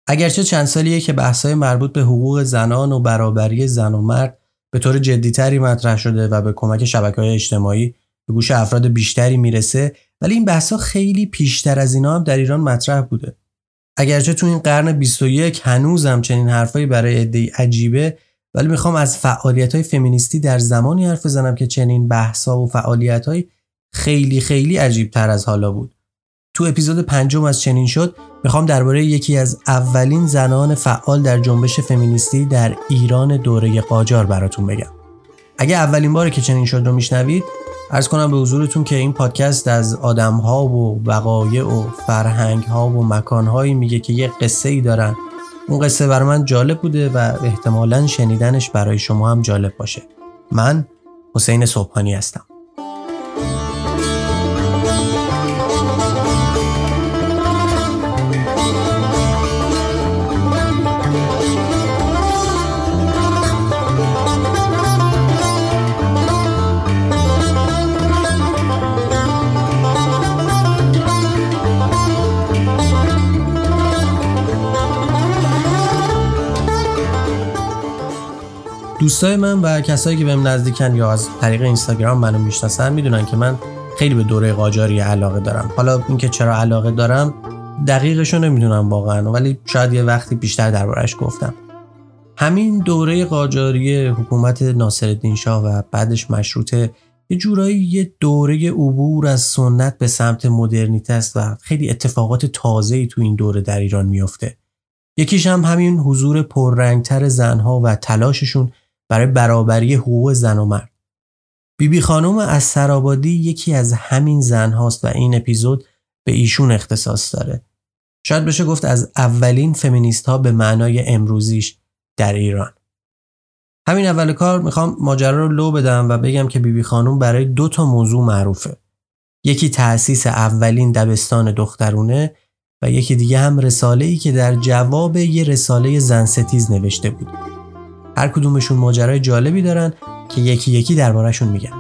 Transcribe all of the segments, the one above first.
اگرچه چند سالیه که بحث‌های مربوط به حقوق زنان و برابری زن و مرد به طور جدی‌تری مطرح شده و به کمک شبکه‌های اجتماعی به گوش افراد بیشتری میرسه، ولی این بحث‌ها خیلی پیشتر از اینا هم در ایران مطرح بوده. اگرچه تو این قرن 21 هنوزم چنین حرفایی برای عده‌ای عجیبه، ولی میخوام از فعالیت‌های فمینیستی در زمانی حرف بزنم که چنین بحث‌ها و فعالیت‌های خیلی خیلی عجیب‌تر از حالا بود. تو اپیزود 5 از چنین شد میخوام درباره یکی از اولین زنان فعال در جنبش فمینیستی در ایران دوره قاجار براتون بگم. اگه اولین باره که چنین شد رو میشنوید، عرض کنم به حضورتون که این پادکست از آدم‌ها و وقایع و فرهنگ‌ها و مکان‌هایی میگه که یه قصه‌ای دارن. اون قصه برای من جالب بوده و احتمالاً شنیدنش برای شما هم جالب باشه. من حسین صبحانی هستم. دوستای من و کسایی که بهم نزدیکن یا از طریق اینستاگرام منو میشناسن میدونن که من خیلی به دوره قاجاری علاقه دارم. حالا اینکه چرا علاقه دارم دقیقشو نمیدونم واقعا، ولی شاید یه وقتی بیشتر دربارش گفتم. همین دوره قاجاری حکومت ناصرالدین شاه و بعدش مشروطه یه جورایی یه دوره عبور از سنت به سمت مدرنیته است و خیلی اتفاقات تازه‌ای تو این دوره در ایران میفته. یکیش هم همین حضور پررنگتر زنها و تلاششون برای برابری حقوق زن و مرد. بیبی خانم استرآبادی یکی از همین زن هاست و این اپیزود به ایشون اختصاص داره. شاید بشه گفت از اولین فمینیست ها به معنای امروزیش در ایران. همین اول کار میخوام ماجرا رو لو بدم و بگم که بیبی خانم برای 2 موضوع معروفه. یکی تأسیس اولین دبستان دخترونه و یکی دیگه هم رساله‌ای که در جواب یه رساله زن ستیز نوشته بود. هر کدومشون ماجرای جالبی دارن که یکی یکی درباره‌شون میگم.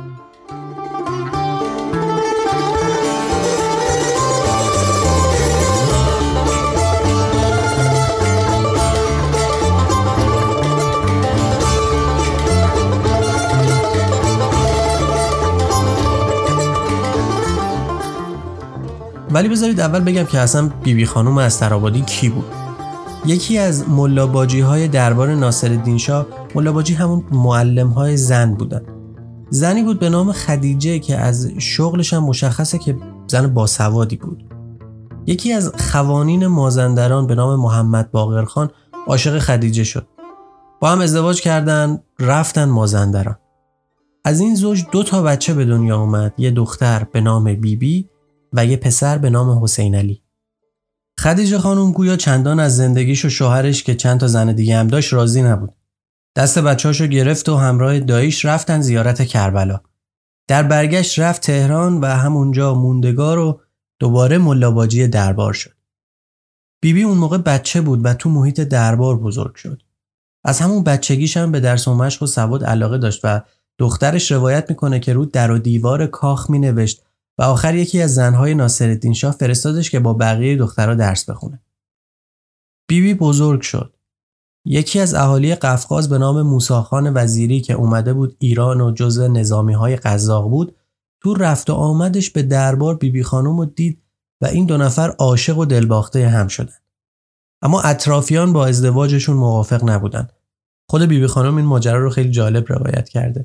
ولی بذارید اول بگم که اصلا بیبی خانم استرآبادی کی بود. یکی از ملاباجی‌های دربار ناصرالدین شاه، ملاباجی همون معلم‌های زن بودن. زنی بود به نام خدیجه که از شغلش هم مشخصه که زن باسوادی بود. یکی از خوانین مازندران به نام محمد باقرخان عاشق خدیجه شد. با هم ازدواج کردن، رفتن مازندران. از این زوج 2 بچه به دنیا اومد، یه دختر به نام بیبی و یه پسر به نام حسین علی. خدیجه خانم گویا چندان از زندگیش و شوهرش که چند تا زن دیگه هم داشت راضی نبود. دست بچه‌هاشو گرفت و همراه داییش رفتن زیارت کربلا. در برگشت رفت تهران و همونجا موندگار و دوباره ملاباجی دربار شد. بیبی اون موقع بچه بود و تو محیط دربار بزرگ شد. از همون بچگیش هم به درس و مشق و سواد علاقه داشت و دخترش روایت میکنه که رو در و دیوار کاخ مینوشت و آخر یکی از زنهای ناصرالدین شاه فرستادش که با بقیه دخترها درس بخونه. بیبی بزرگ شد. یکی از اهالی قفقاز به نام موسی خان وزیری که اومده بود ایران و جزء نظامی‌های قزاق بود، تو رفت و آمدش به دربار بیبی خانم رو دید و این 2 نفر عاشق و دلباخته هم شدن. اما اطرافیان با ازدواجشون موافق نبودن. خود بیبی خانم این ماجرا رو خیلی جالب روایت کرده.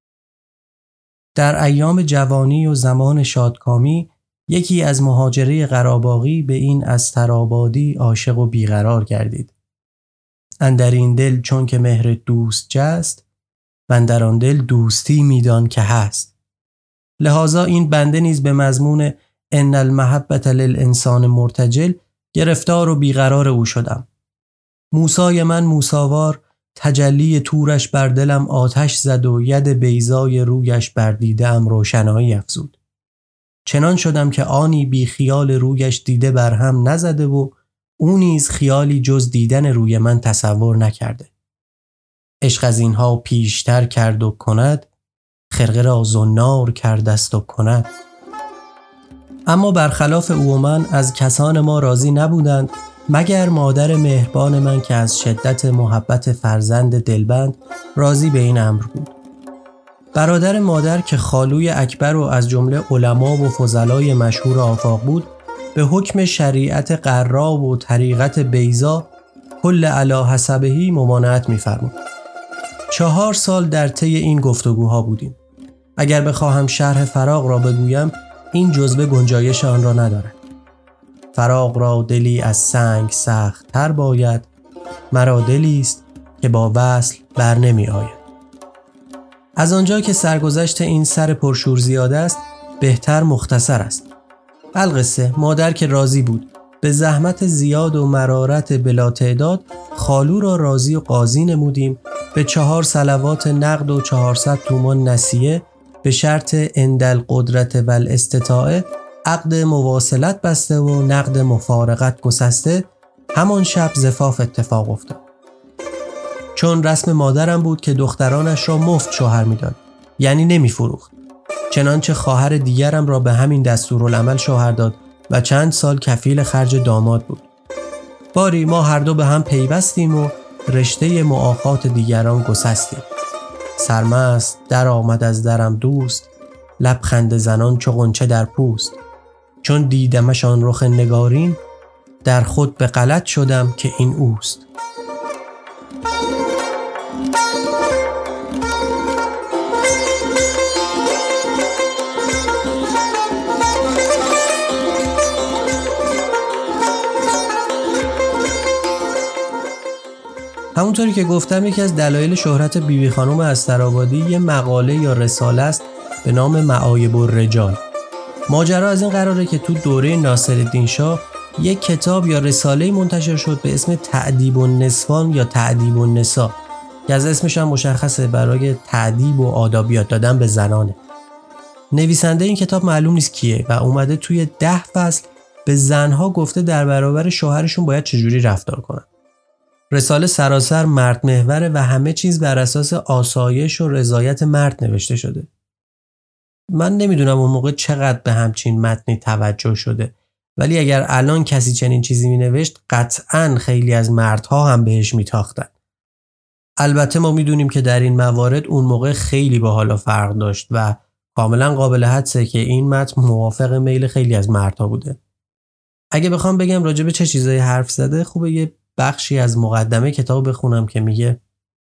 در ایام جوانی و زمان شادکامی یکی از مهاجره قراباغی به این استرآبادی عاشق و بیقرار گردید. اندر این دل چون که مهر دوست جست و اندر آن دل دوستی میدان که هست. لحاظا این بنده نیز به مضمون ان المحبة للانسان مرتجل گرفتار و بیقرار او شدم. موسی من موساوار تجلی تورش بر دلم آتش زد و ید بیضای رویش بر دیده‌ام روشنایی افزود. چنان شدم که آنی بی خیال رویش دیده بر هم نزده و او نیز خیالی جز دیدن روی من تصور نکرده. عشق از اینها پیشتر کرد و کند، خرقه را زنار کردست و کند. اما برخلاف او و من از کسان ما راضی نبودند مگر مادر مهربان من که از شدت محبت فرزند دلبند راضی به این امر بود. برادر مادر که خالوی اکبر و از جمله علما و فضلای مشهور آفاق بود، به حکم شریعت قرا و طریقت بیضا کل علی حسبهی ممانعت می‌فرمود. 4 سال در طی این گفتگوها بودیم. اگر بخواهم شرح فراق را بگویم، این جزوه گنجایش آن را ندارد. فراق را دلی از سنگ سخت تر باید، مرا دلی است که با وصل بر نمی آید. از آنجا که سرگذشت این سر پرشور زیاده است، بهتر مختصر است. القصه مادر که راضی بود، به زحمت زیاد و مرارت بلا تعداد خالو را راضی و قاضی نمودیم، به 4 صلوات نقد و 400 تومان نسیه به شرط اندل قدرت و الاستطاعه عقد مواصلت بسته و نقد مفارقت گسسته. همان شب زفاف اتفاق افتاد. چون رسم مادرم بود که دخترانش را مفت شوهر میداد، یعنی نمی فروخت، چنانچه خواهر دیگرم را به همین دستورالعمل شوهر داد و چند سال کفیل خرج داماد بود. باری ما هر دو به هم پیوستیم و رشته مؤاخات دیگران گسستیم. سرمست در آمد از درم دوست، لبخند زنان چو غنچه در پوست. چون دیدمشان رخ نگارین، در خود به غلط شدم که این اوست. همونطوری که گفتم، یکی از دلایل شهرت بیبی خانم استرآبادی یه مقاله یا رساله است به نام معایب الرجال. ماجرا از این قراره که تو دوره ناصرالدین شاه یک کتاب یا رساله منتشر شد به اسم تأدیب النسوان یا تأدیب النساء که از اسمش هم مشخصه، برای تأدیب و آدابیات دادن به زنانه. نویسنده این کتاب معلوم نیست کیه و اومده توی 10 فصل به زنها گفته در برابر شوهرشون باید چجوری رفتار کنن. رساله سراسر مرد محوره و همه چیز بر اساس آسایش و رضایت مرد نوشته شده. من نمیدونم اون موقع چقدر به همچین متنی توجه شده، ولی اگر الان کسی چنین چیزی می نوشت، قطعاً خیلی از مردها هم بهش می تاختن. البته ما میدونیم که در این موارد اون موقع خیلی با حالا فرق داشت و کاملا قابل حدسه که این متن موافق میل خیلی از مردها بوده. اگه بخوام بگم راجع به چه چیزایی حرف زده، خوبه یه بخشی از مقدمه کتاب بخونم که میگه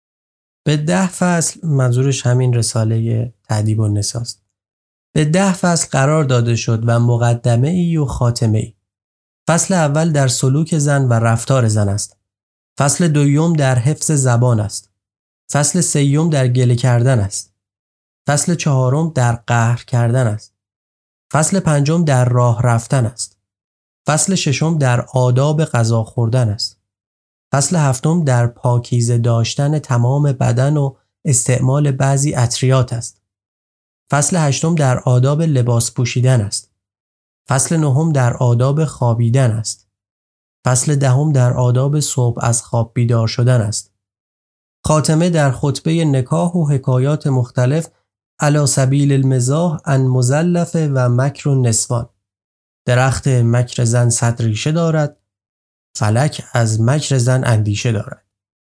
به 10 فصل، منظورش همین رساله تأدیب النساء است، به 10 فصل قرار داده شد و مقدمه ای و خاتمه ای. فصل اول در سلوک زن و رفتار زن است. فصل دوم در حفظ زبان است. فصل سوم در گله کردن است. فصل چهارم در قهر کردن است. فصل پنجم در راه رفتن است. فصل ششم در آداب غذا خوردن است. فصل هفتم در پاکیزه داشتن تمام بدن و استعمال بعضی عطریات است. فصل هشتم در آداب لباس پوشیدن است. فصل نهم در آداب خوابیدن است. فصل دهم در آداب صبح از خواب بیدار شدن است. خاتمه در خطبه نکاح و حکایات مختلف علی سبیل المزاح عن مزلفه و مکر النسوان. درخت مکر زن 100 ریشه دارد، فلک از مکر زن اندیشه دارد.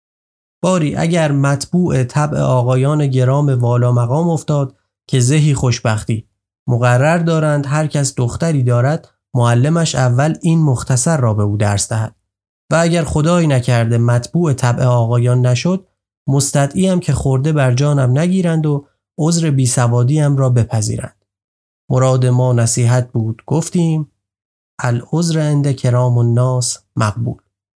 باری اگر مطبوع طبع آقایان گرام والا مقام افتاد که زهی خوشبختی، مقرر دارند هر کس دختری دارد معلمش اول این مختصر را به او درس دهد و اگر خدایی نکرده مطبوع طبع آقایان نشد، مستدعیم که خورده بر جانم نگیرند و عذر بیسوادیم را بپذیرند. مراد ما نصیحت بود، گفتیم العذر عند کرام الناس مقبول.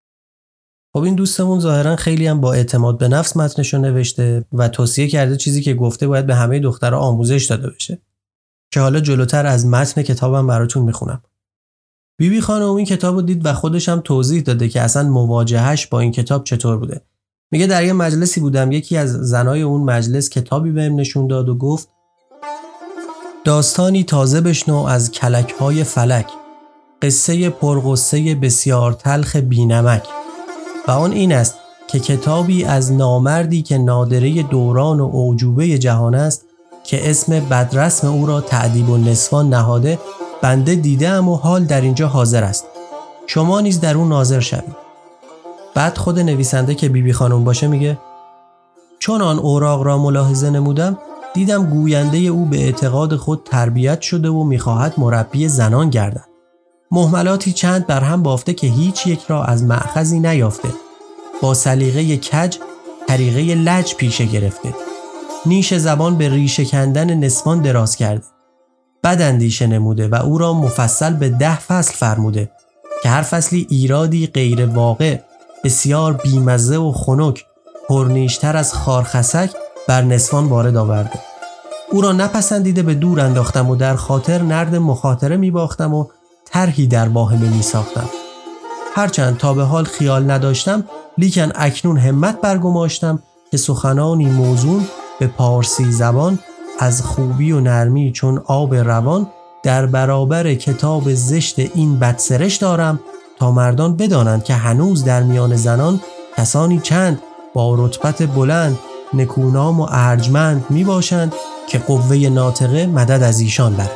خب این دوستمون ظاهرا خیلی هم با اعتماد به نفس متنشو نوشته و توصیه کرده چیزی که گفته باید به همه دخترها آموزش داده بشه، که حالا جلوتر از متن کتابم براتون میخونم. بیبی خانم این کتابو دید و خودش هم توضیح داده که اصلا مواجهش با این کتاب چطور بوده. میگه در یه مجلسی بودم، یکی از زنای اون مجلس کتابی بهم نشون داد و گفت داستانی تازه بشنو از کلک‌های فلک، قصه پرغصه بسیار تلخ بینمک، و آن این است که کتابی از نامردی که نادره دوران و اعجوبه جهان است که اسم بدرسم او را تأدیب النسوان نهاده، بنده دیدم و حال در اینجا حاضر است. شما نیز در اون ناظر شوید. بعد خود نویسنده که بیبی خانم باشه میگه چون آن اوراق را ملاحظه نمودم دیدم گوینده او به اعتقاد خود تربیت شده و میخواهد مربی زنان گردد. مهملاتی چند بر هم بافته که هیچ یک را از مأخذی نیافته. با سلیقه کج طریقه لج پیشه گرفته. نیش زبان به ریشه کندن نسوان دراز کرده. بد اندیشه نموده و او را مفصل به 10 فصل فرموده که هر فصلی ایرادی غیر واقع بسیار بیمزه و خنک پرنیشتر از خارخسک بر نسوان وارد آورده. او را نپسندیده به دور انداختم و در خاطر نرد مخاطره می باختم و طرحی در واهمه می ساختم. هرچند تا به حال خیال نداشتم لیکن اکنون همت برگماشتم که سخنانی موزون به پارسی زبان از خوبی و نرمی چون آب روان در برابر کتاب زشت این بدسرشت دارم تا مردان بدانند که هنوز در میان زنان کسانی چند با رتبت بلند نکونام و ارجمند می باشند که قوه ناطقه مدد از ایشان برد.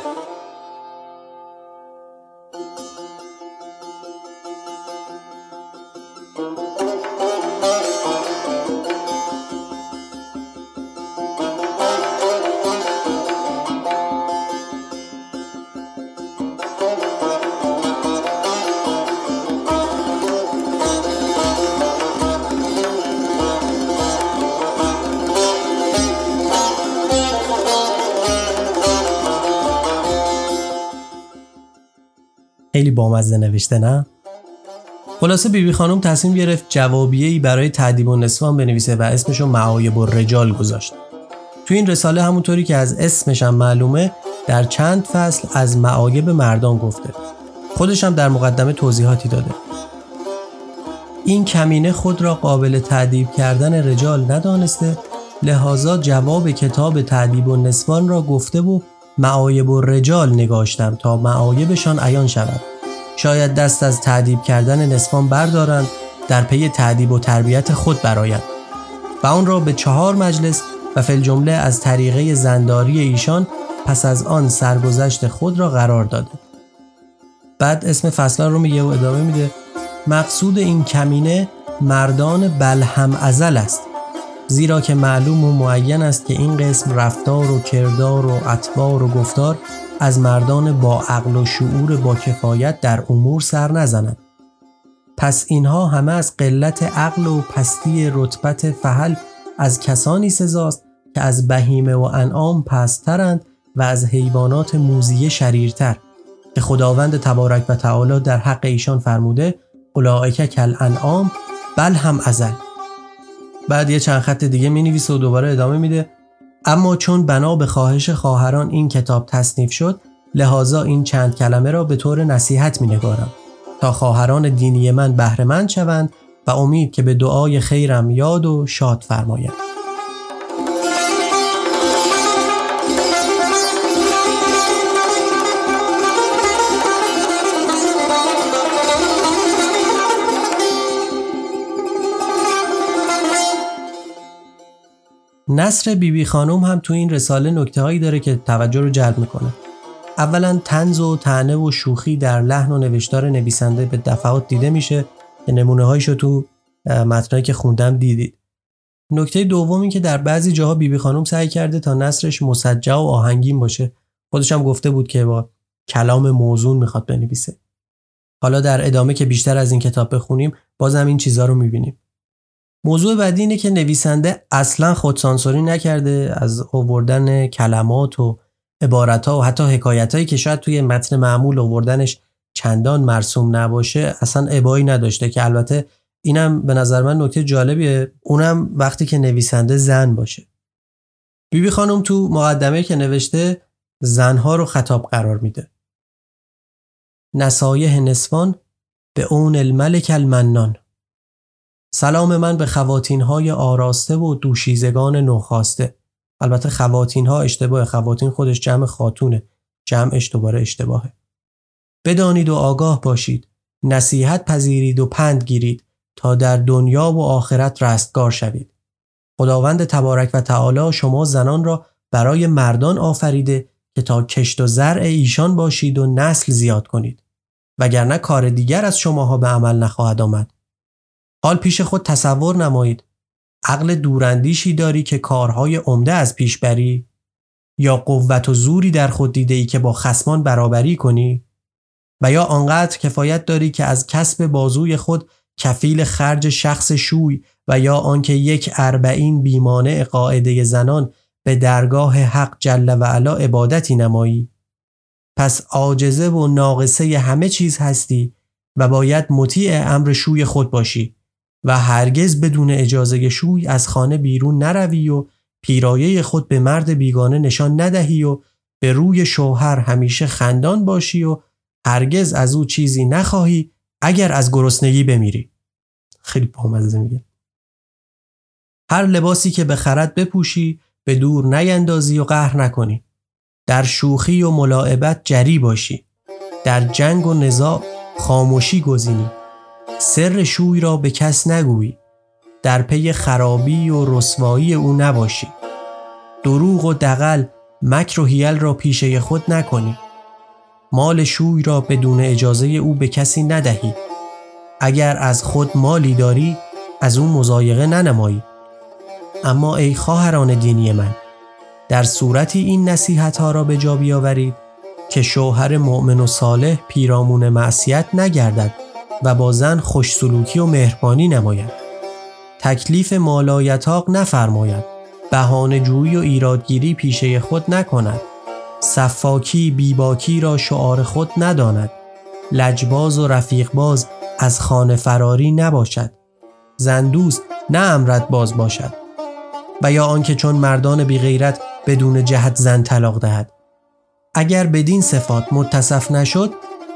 خیلی بامزه نوشته نه؟ خلاصه بیبی خانم تصمیم گرفت جوابیه‌ای برای تأدیب النسوان بنویسه و اسمشو معایب الرجال گذاشت. تو این رساله همونطوری که از اسمش هم معلومه در چند فصل از معایب مردان گفته. خودش هم در مقدمه توضیحاتی داده. این کمینه خود را قابل تأدیب کردن رجال ندانسته، لحاظا جواب کتاب تأدیب النسوان را گفته و معایب الرجال نگاشتم تا معایبشان عیان شود. شاید دست از تأدیب کردن نسوان بردارند، در پی تأدیب و تربیت خود برآیند و آن را به 4 مجلس و فی الجمله از طریقه زنداری ایشان پس از آن سرگذشت خود را قرار داده. بعد اسم فصلان رو میگه و ادامه میده مقصود این کمینه مردان بلهم ازل است، زیرا که معلوم و معین است که این قسم رفتار و کردار و اطوار و گفتار از مردان با عقل و شعور با کفایت در امور سر نزنند. پس اینها همه از قلت عقل و پستی رتبت فحل از کسانی سزاست که از بهیمه و انعام پسترند و از حیوانات موذیه شریرتر، که خداوند تبارک و تعالی در حق ایشان فرموده اولئک کالانعام بل هم ازل. بعد یه چند خط دیگه می‌نویسه و دوباره ادامه میده اما چون بنا به خواهش خواهران این کتاب تصنیف شد، لحاظا این چند کلمه را به طور نصیحت می‌نگارم تا خواهران دینی من بهره مند شوند و امید که به دعای خیرم یاد و شاد فرمایند. نثر بیبی خانم هم تو این رساله نکته‌هایی داره که توجه رو جلب میکنه. اولا طنز و طعنه و شوخی در لحن و نوشتار نویسنده به دفعات دیده میشه که نمونه‌هایشو تو متنایی که خوندم دیدید. نکته دوم این که در بعضی جاها بیبی خانم سعی کرده تا نثرش مسجع و آهنگین باشه. خودش هم گفته بود که با کلام موزون میخواد بنویسه. حالا در ادامه که بیشتر از این کتاب بخونیم بازم این چیزا رو میبینیم. موضوع بعدی اینه که نویسنده اصلا خودسانسوری نکرده، از آوردن کلمات و عبارت‌ها و حتی حکایتایی که شاید توی متن معمول آوردنش چندان مرسوم نباشه اصلا ابایی نداشته، که البته اینم به نظر من نکته جالبیه، اونم وقتی که نویسنده زن باشه. بیبی خانم تو مقدمه که نوشته زنها رو خطاب قرار میده. نصایح نسوان به اون الملک المنان. سلام من به خواتین‌های آراسته و دوشیزگان نوخاسته. البته خواتین‌ها اشتباه، خواتین خودش جمع خاتونه، جمعش دوباره اشتباهه. بدانید و آگاه باشید، نصیحت پذیرید و پند گیرید تا در دنیا و آخرت رستگار شوید. خداوند تبارک و تعالی شما زنان را برای مردان آفریده که تا کشت و زرع ایشان باشید و نسل زیاد کنید. وگرنه کار دیگر از شماها به عمل نخواهد آمد. حال پیش خود تصور نمایید. عقل دوراندیشی داری که کارهای عمده از پیش بری؟ یا قوت و زوری در خود دیده‌ای که با خصمان برابری کنی؟ و یا آنقدر کفایت داری که از کسب بازوی خود کفیل خرج شخص شوی و یا آنکه 41 بیمانع قاعده زنان به درگاه حق جل و علا عبادتی نمایی؟ پس عاجزه و ناقصه همه چیز هستی و باید مطیع امر شوی خود باشی و هرگز بدون اجازه شوی از خانه بیرون نروی و پیرایه خود به مرد بیگانه نشان ندهی و به روی شوهر همیشه خندان باشی و هرگز از او چیزی نخواهی اگر از گرسنگی بمیری. خیلی بامزه میگه. هر لباسی که بخرد بپوشی، به دور نیندازی و قهر نکنی. در شوخی و ملاعبت جری باشی. در جنگ و نزاع خاموشی گزینی. سر شوی را به کس نگویی. در پی خرابی و رسوایی او نباشی. دروغ و دغل، مکر و حیل را پیشه خود نکنی. مال شوی را بدون اجازه او به کسی ندهی. اگر از خود مالی داری، از او مضایقه ننمایی. اما ای خواهران دینی من، در صورتی این نصیحت‌ها را به جا بیاورید که شوهر مؤمن و صالح پیرامون معصیت نگردد و با زن خوشسلوکی و مهربانی نماید. تکلیف مالایتاق نفرماید. بهانه جویی و ایرادگیری پیشه خود نکند. صفاکی بیباکی را شعار خود نداند. لجباز و رفیقباز از خانه فراری نباشد. زندوست نه امرت باز باشد. و یا آنکه چون مردان بی غیرت بدون جهت زن طلاق دهد. اگر بدین صفات متصف نشد،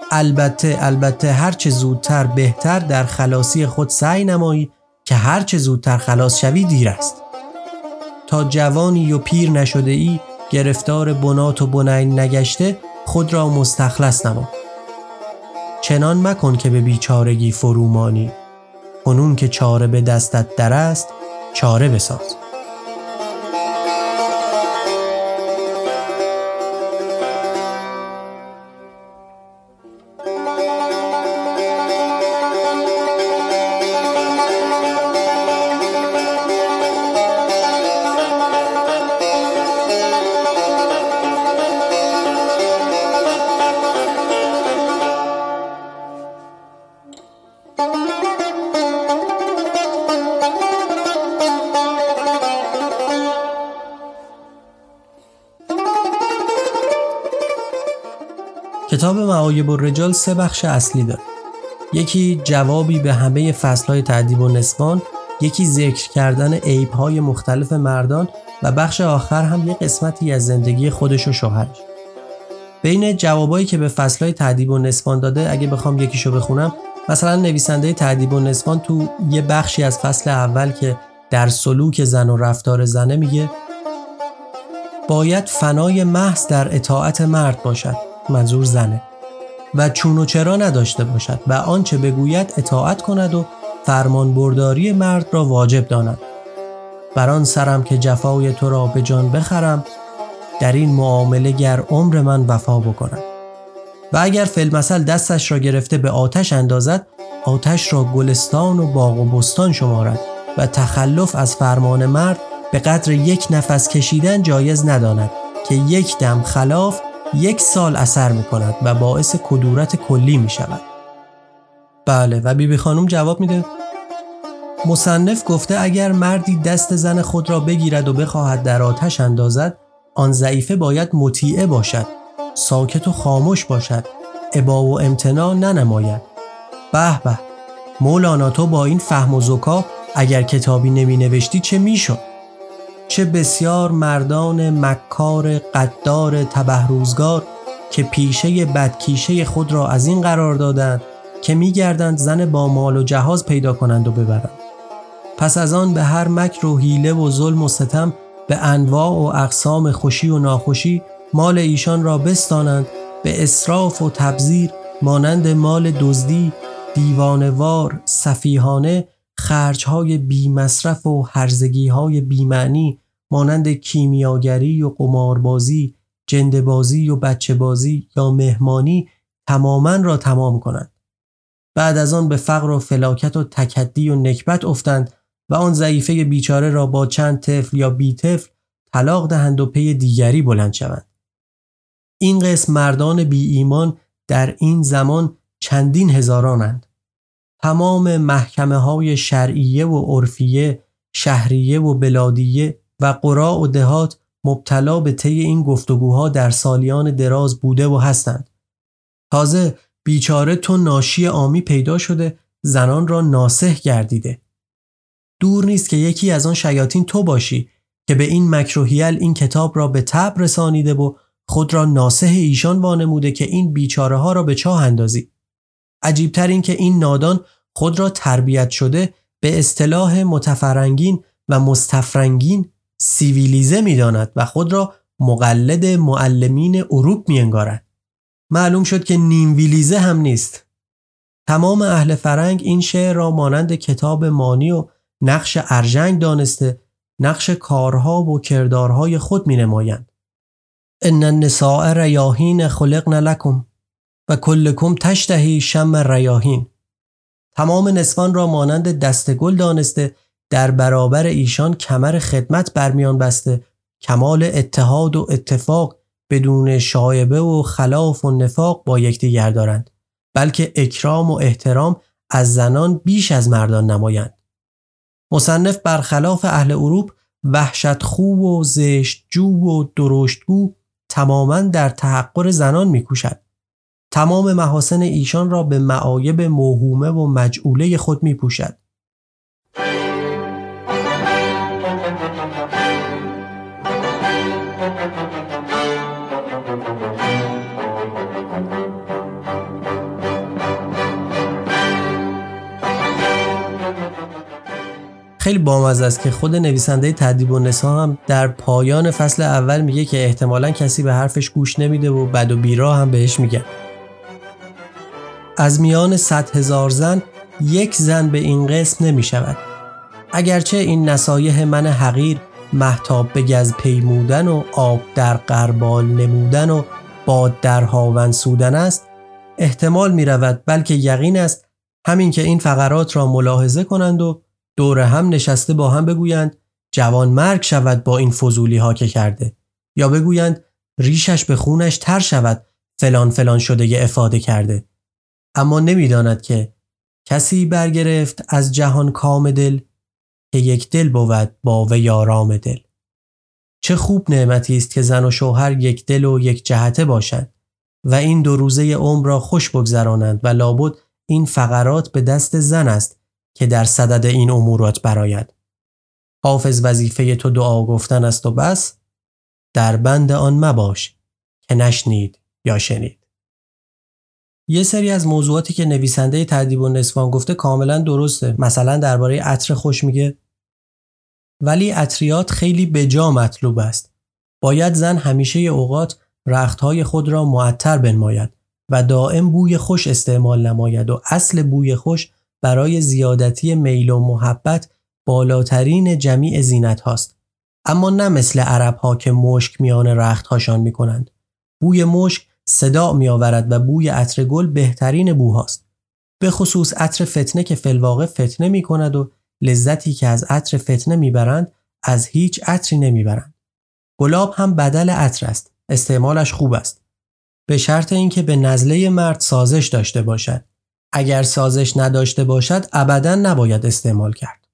البته هرچه زودتر بهتر در خلاصی خود سعی نمایی که هرچه زودتر خلاص شوی دیر است. تا جوانی و پیر نشده ای، گرفتار بنات و بنین نگشته، خود را مستخلص نما. چنان مکن که به بیچارگی فرومانی. کنون که چاره به دستت در است، چاره بساز. کتاب معایب الرجال 3 بخش اصلی داره. یکی جوابی به همه فصل‌های تأدیب النسوان، یکی ذکر کردن عیب‌های مختلف مردان و بخش آخر هم یک قسمتی از زندگی خودش و شوهرش. بین جوابایی که به فصل‌های تأدیب النسوان داده، اگه بخوام یکیشو بخونم، مثلا نویسنده تأدیب النسوان تو یه بخشی از فصل اول که در سلوک زن و رفتار زنه میگه باید فنای محض در اطاعت مرد باشد، منظور زنه، و چون و چرا نداشته باشد و آنچه بگوید اطاعت کند و فرمان برداری مرد را واجب داند. بر آن سرم که جفای تو را به جان بخرم، در این معامله گر عمر من وفا بکنم. و اگر فی‌المثل دستش را گرفته به آتش اندازد، آتش را گلستان و باغ و بستان شمارد و تخلف از فرمان مرد به قدر 1 نفس کشیدن جایز نداند که 1 دم خلاف 1 سال اثر می کند و باعث کدورت کلی می شود. بله، و بیبی خانم جواب میده مصنف گفته اگر مردی دست زن خود را بگیرد و بخواهد در آتش اندازد، آن ضعیفه باید مطیعه باشد، ساکت و خاموش باشد، ابا و امتناع ننماید. به به، مولانا تو با این فهم و ذکا اگر کتابی نمی نوشتی چه می شد؟ چه بسیار مردان مکار قدار تبهروزگار که پیشه بدکیشه خود را از این قرار دادند که می گردند زن با مال و جهاز پیدا کنند و ببرند. پس از آن به هر مکر و حیله و ظلم و ستم به انواع و اقسام خوشی و ناخوشی مال ایشان را بستانند، به اسراف و تبذیر مانند مال دزدی، دیوانوار، سفیهانه، خرج‌های بی مصرف و هرزگی‌های بی معنی مانند کیمیاگری و قماربازی، جنده‌بازی و بچه‌بازی یا مهمانی تماماً را تمام کنند. بعد از آن به فقر و فلاکت و تکدی و نکبت افتند و آن ضعیفه بیچاره را با چند طفل یا بی طفل طلاق دهند و پی دیگری بلند شوند. این قسم مردان بی ایمان در این زمان چندین هزارانند. تمام محکمه های شرعیه و عرفیه، شهریه و بلادیه و قرا و دهات مبتلا به طی این گفتگوها در سالیان دراز بوده و هستند. تازه بیچاره تو ناشی عامی پیدا شده، زنان را ناصح گردیده. دور نیست که یکی از آن شیاطین تو باشی که به این مکروهیل این کتاب را به طبع رسانیده و خود را ناصح ایشان وانموده که این بیچاره ها را به چاه اندازی. عجیبتر این که این نادان خود را تربیت شده به اصطلاح متفرنگین و مستفرنگین سیویلیزه می داند و خود را مقلد معلمین اروپ می انگارد. معلوم شد که نیمویلیزه هم نیست. تمام اهل فرنگ این شعر را مانند کتاب مانی و نقش ارژنگ دانسته، نقش کارها و کردارهای خود می نمایند. ان النساء ریاحین خلقن لکم و کلکم تشتهی شم ریاحین. تمام نسوان را مانند دست گل دانسته، در برابر ایشان کمر خدمت برمیان بسته، کمال اتحاد و اتفاق بدون شایبه و خلاف و نفاق با یکدیگر دارند، بلکه اکرام و احترام از زنان بیش از مردان نمایند. مصنف برخلاف اهل اروپ وحشت خو و زشت جو و درشتگو تماماً در تحقر زنان می‌کوشد. تمام محاسن ایشان را به معایب موهومه و مجعوله خود می‌پوشد. خیلی بامزه است که خود نویسنده تأدیب النساء هم در پایان فصل اول میگه که احتمالاً کسی به حرفش گوش نمیده و بد و بیرا هم بهش میگن. از میان 100,000 زن یک زن به این قسم نمی شود. اگرچه این نصایح من حقیر مهتاب به گز پیمودن و آب در غربال نمودن و باد در هاون سودن است، احتمال می رود بلکه یقین است همین که این فقرات را ملاحظه کنند و دور هم نشسته با هم بگویند جوان مرگ شود با این فضولی ها که کرده، یا بگویند ریشش به خونش تر شود فلان فلان شده افاده کرده. اما نمیداند که کسی برگرفت از جهان کام دل که یک دل بود با وی آرام دل. چه خوب نعمتی است که زن و شوهر یک دل و یک جهته باشند و این 2 روزه عمر را خوش بگذرانند و لابد این فقرات به دست زن است که در صدد این امورات براید. حافظ وظیفه تو دعا گفتن است و بس، در بند آن مباش که نشنید یا شنید. یه سری از موضوعاتی که نویسنده تأدیب النسوان گفته کاملا درسته. مثلا درباره عطر خوش میگه ولی عطریات خیلی بجا مطلوب است. باید زن همیشه اوقات رختهای خود را معطر بنماید و دائم بوی خوش استعمال نماید و اصل بوی خوش برای زیادتی میل و محبت بالاترین جمیع زینت هاست. اما نه مثل عرب ها که مشک میان رختهاشان میکنند. بوی مشک صدا می آورد و بوی عطر گل بهترین بوهاست. به خصوص عطر فتنه که فی‌الواقع فتنه می کند و لذتی که از عطر فتنه می برند از هیچ عطری نمی برند. گلاب هم بدل عطر است. استعمالش خوب است. به شرط اینکه به نزله مرد سازش داشته باشد. اگر سازش نداشته باشد ابداً نباید استعمال کرد.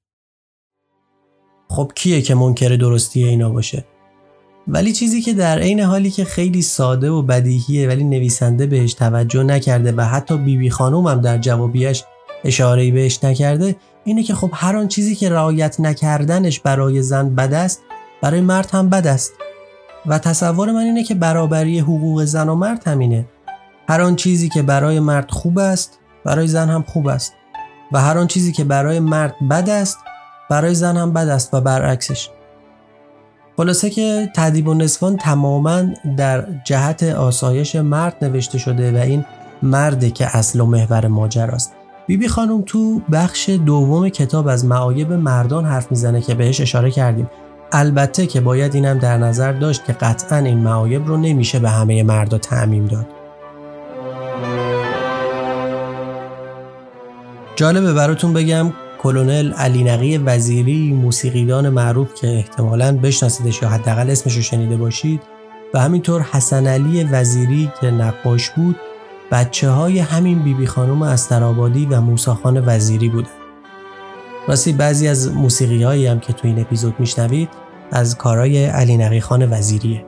خب کیه که منکر درستی اینا باشه؟ ولی چیزی که در عین حالی که خیلی ساده و بدیهیه ولی نویسنده بهش توجه نکرده و حتی بیبی خانوم هم در جوابیش اشاره‌ای بهش نکرده اینه که خب هر آن چیزی که رعایت نکردنش برای زن بد است برای مرد هم بد است. و تصور من اینه که برابری حقوق زن و مرد همینه. هر آن چیزی که برای مرد خوب است برای زن هم خوب است و هر آن چیزی که برای مرد بد است برای زن هم بد است و برعکسش. خلاصه که تأدیب النسوان تماماً در جهت آسایش مرد نوشته شده و این مرده که اصل و محور ماجراست. بیبی خانم تو بخش دوم کتاب از معایب مردان حرف میزنه که بهش اشاره کردیم. البته که باید اینم در نظر داشت که قطعاً این معایب رو نمیشه به همه مردا تعمیم داد. جالبه براتون بگم کلونل علی نقی وزیری، موسیقیدان معروف که احتمالاً بشناسیدش یا حداقل اسمش رو شنیده باشید، و همینطور حسن علی وزیری که نقاش بود، بچه‌های همین بیبی خانم استرآبادی و موسی خان وزیری بودن. راستی بعضی از موسیقی‌هایی هم که تو این اپیزود میشنوید از کارهای علی نقی خان وزیریه.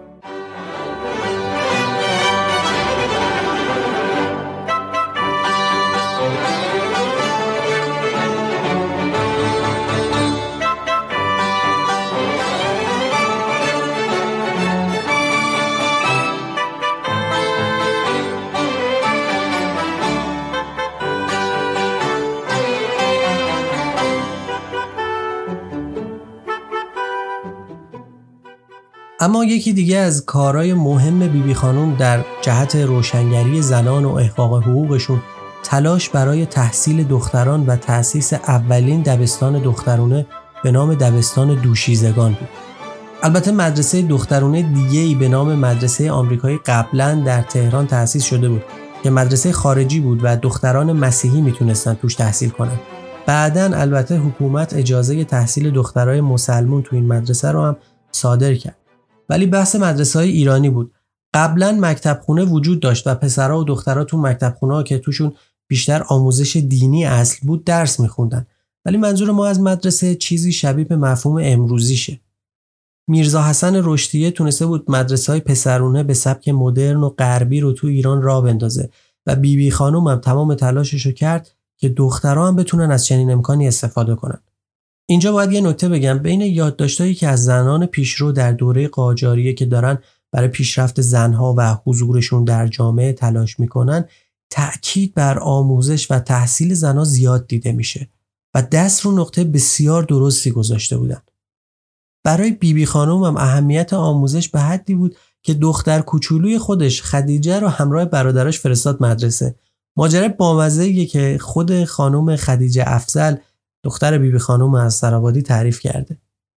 اما یکی دیگه از کارهای مهم بیبی خانم در جهت روشنگری زنان و احقاق حقوقشون تلاش برای تحصیل دختران و تأسیس اولین دبستان دخترونه به نام دبستان دوشیزگان بود. البته مدرسه دخترونه دیگه‌ای به نام مدرسه آمریکایی قبلا در تهران تأسیس شده بود که مدرسه خارجی بود و دختران مسیحی میتونستن توش تحصیل کنن. بعداً البته حکومت اجازه تحصیل دخترای مسلمون تو این مدرسه رو هم صادر کرد. ولی بحث مدرسه‌های ایرانی بود. قبلا مکتب خونه وجود داشت و پسرها و دخترها تو مکتب خونه‌ها که توشون بیشتر آموزش دینی اصل بود درس می‌خوندن. ولی منظور ما از مدرسه چیزی شبیه به مفهوم امروزیشه. میرزا حسن رشدیه تونسته بود مدرسه‌های پسرونه به سبک مدرن و غربی رو تو ایران راه بندازه و بیبی خانم هم تمام تلاششو کرد که دخترها هم بتونن از چنین امکانی استفاده کنن. اینجا باید یه نکته بگم، بین یادداشتایی که از زنان پیشرو در دوره قاجاریه که دارن برای پیشرفت زنها و حضورشون در جامعه تلاش میکنن، تأکید بر آموزش و تحصیل زنها زیاد دیده میشه و دست رو نقطه بسیار درستی گذاشته بودن. برای بیبی خانم هم اهمیت آموزش به حدی بود که دختر کوچولوی خودش خدیجه رو همراه برادرش فرستاد مدرسه. ماجرا بامزه‌ایه که خود خانم خدیجه افضل دختر بیبی خانم استرآبادی تعریف کرده.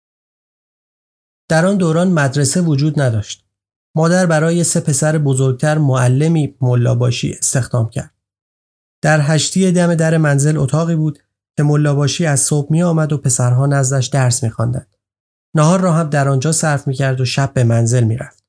در آن دوران مدرسه وجود نداشت. مادر برای 3 پسر بزرگتر معلمی ملاباشی استخدام کرد. در هشتی دم در منزل اتاقی بود که ملاباشی از صبح می آمد و پسرها نزدش درس می خواندند. نهار را هم در آنجا صرف می کرد و شب به منزل می رفت.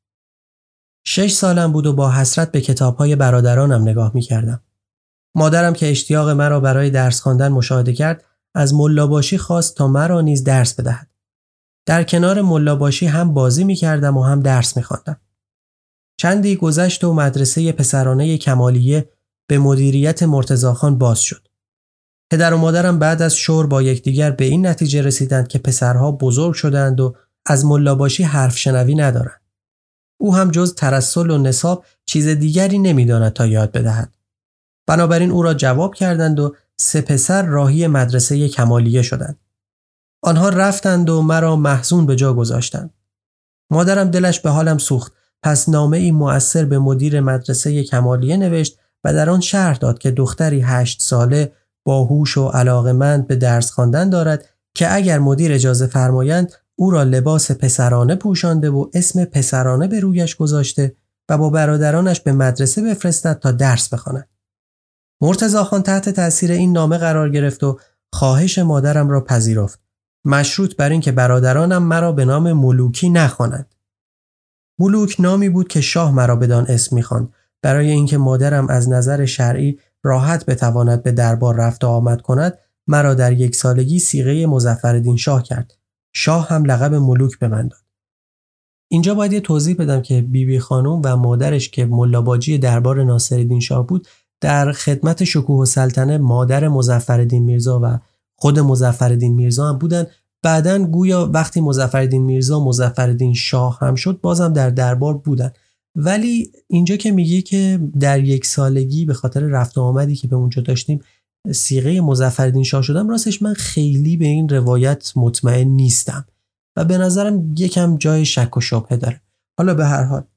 6 سالم بود و با حسرت به کتاب‌های برادرانم نگاه می کردم. مادرم که اشتیاق مرا برای درس خواندن مشاهده کرد، از ملاباشی خواست تا مرا نیز درس بدهد. در کنار ملاباشی هم بازی می کردم و هم درس می خواندم. چندی گذشت و مدرسه پسرانه کمالیه به مدیریت مرتضی خان باز شد. پدر و مادرم بعد از شور با یکدیگر به این نتیجه رسیدند که پسرها بزرگ شدند و از ملاباشی حرف شنوی ندارند. او هم جز ترسل و نصاب چیز دیگری نمی‌داند تا یاد بدهد. بنابراین او را جواب کردند و 3 پسر راهی مدرسه کمالیه شدند. آنها رفتند و مرا محزون به جا گذاشتند. مادرم دلش به حالم سوخت، پس نامه‌ای مؤثر به مدیر مدرسه کمالیه نوشت و در آن شرح داد که دختری 8 ساله باهوش و علاقه‌مند به درس خواندن دارد که اگر مدیر اجازه فرمایند او را لباس پسرانه پوشانده و اسم پسرانه به رویش گذاشته و با برادرانش به مدرسه بفرستد تا درس بخواند. مرتضی خان تحت تاثیر این نامه قرار گرفت و خواهش مادرم را پذیرفت، مشروط بر این که برادرانم مرا به نام ملوکی نخوانند. ملوک نامی بود که شاه مرا بدان اسم می‌خواند، برای اینکه مادرم از نظر شرعی راحت بتواند به دربار رفت و آمد کند. مرا در 1 سالگی صیغه مظفرالدین شاه کرد. شاه هم لقب ملوک به من داد. اینجا باید یه توضیح بدم که بیبی خانم و مادرش که ملاباجی دربار ناصرالدین شاه بود، در خدمت شکوه السلطنه مادر مظفرالدین میرزا و خود مظفرالدین میرزا هم بودن. بعدن گویا وقتی مظفرالدین میرزا مظفرالدین شاه هم شد بازم در دربار بودن. ولی اینجا که میگه که در 1 سالگی به خاطر رفت و آمدی که به اونجا داشتیم صیغه مظفرالدین شاه شدم، راستش من خیلی به این روایت مطمئن نیستم و به نظرم یکم جای شک و شبهه داره. حالا به هر حال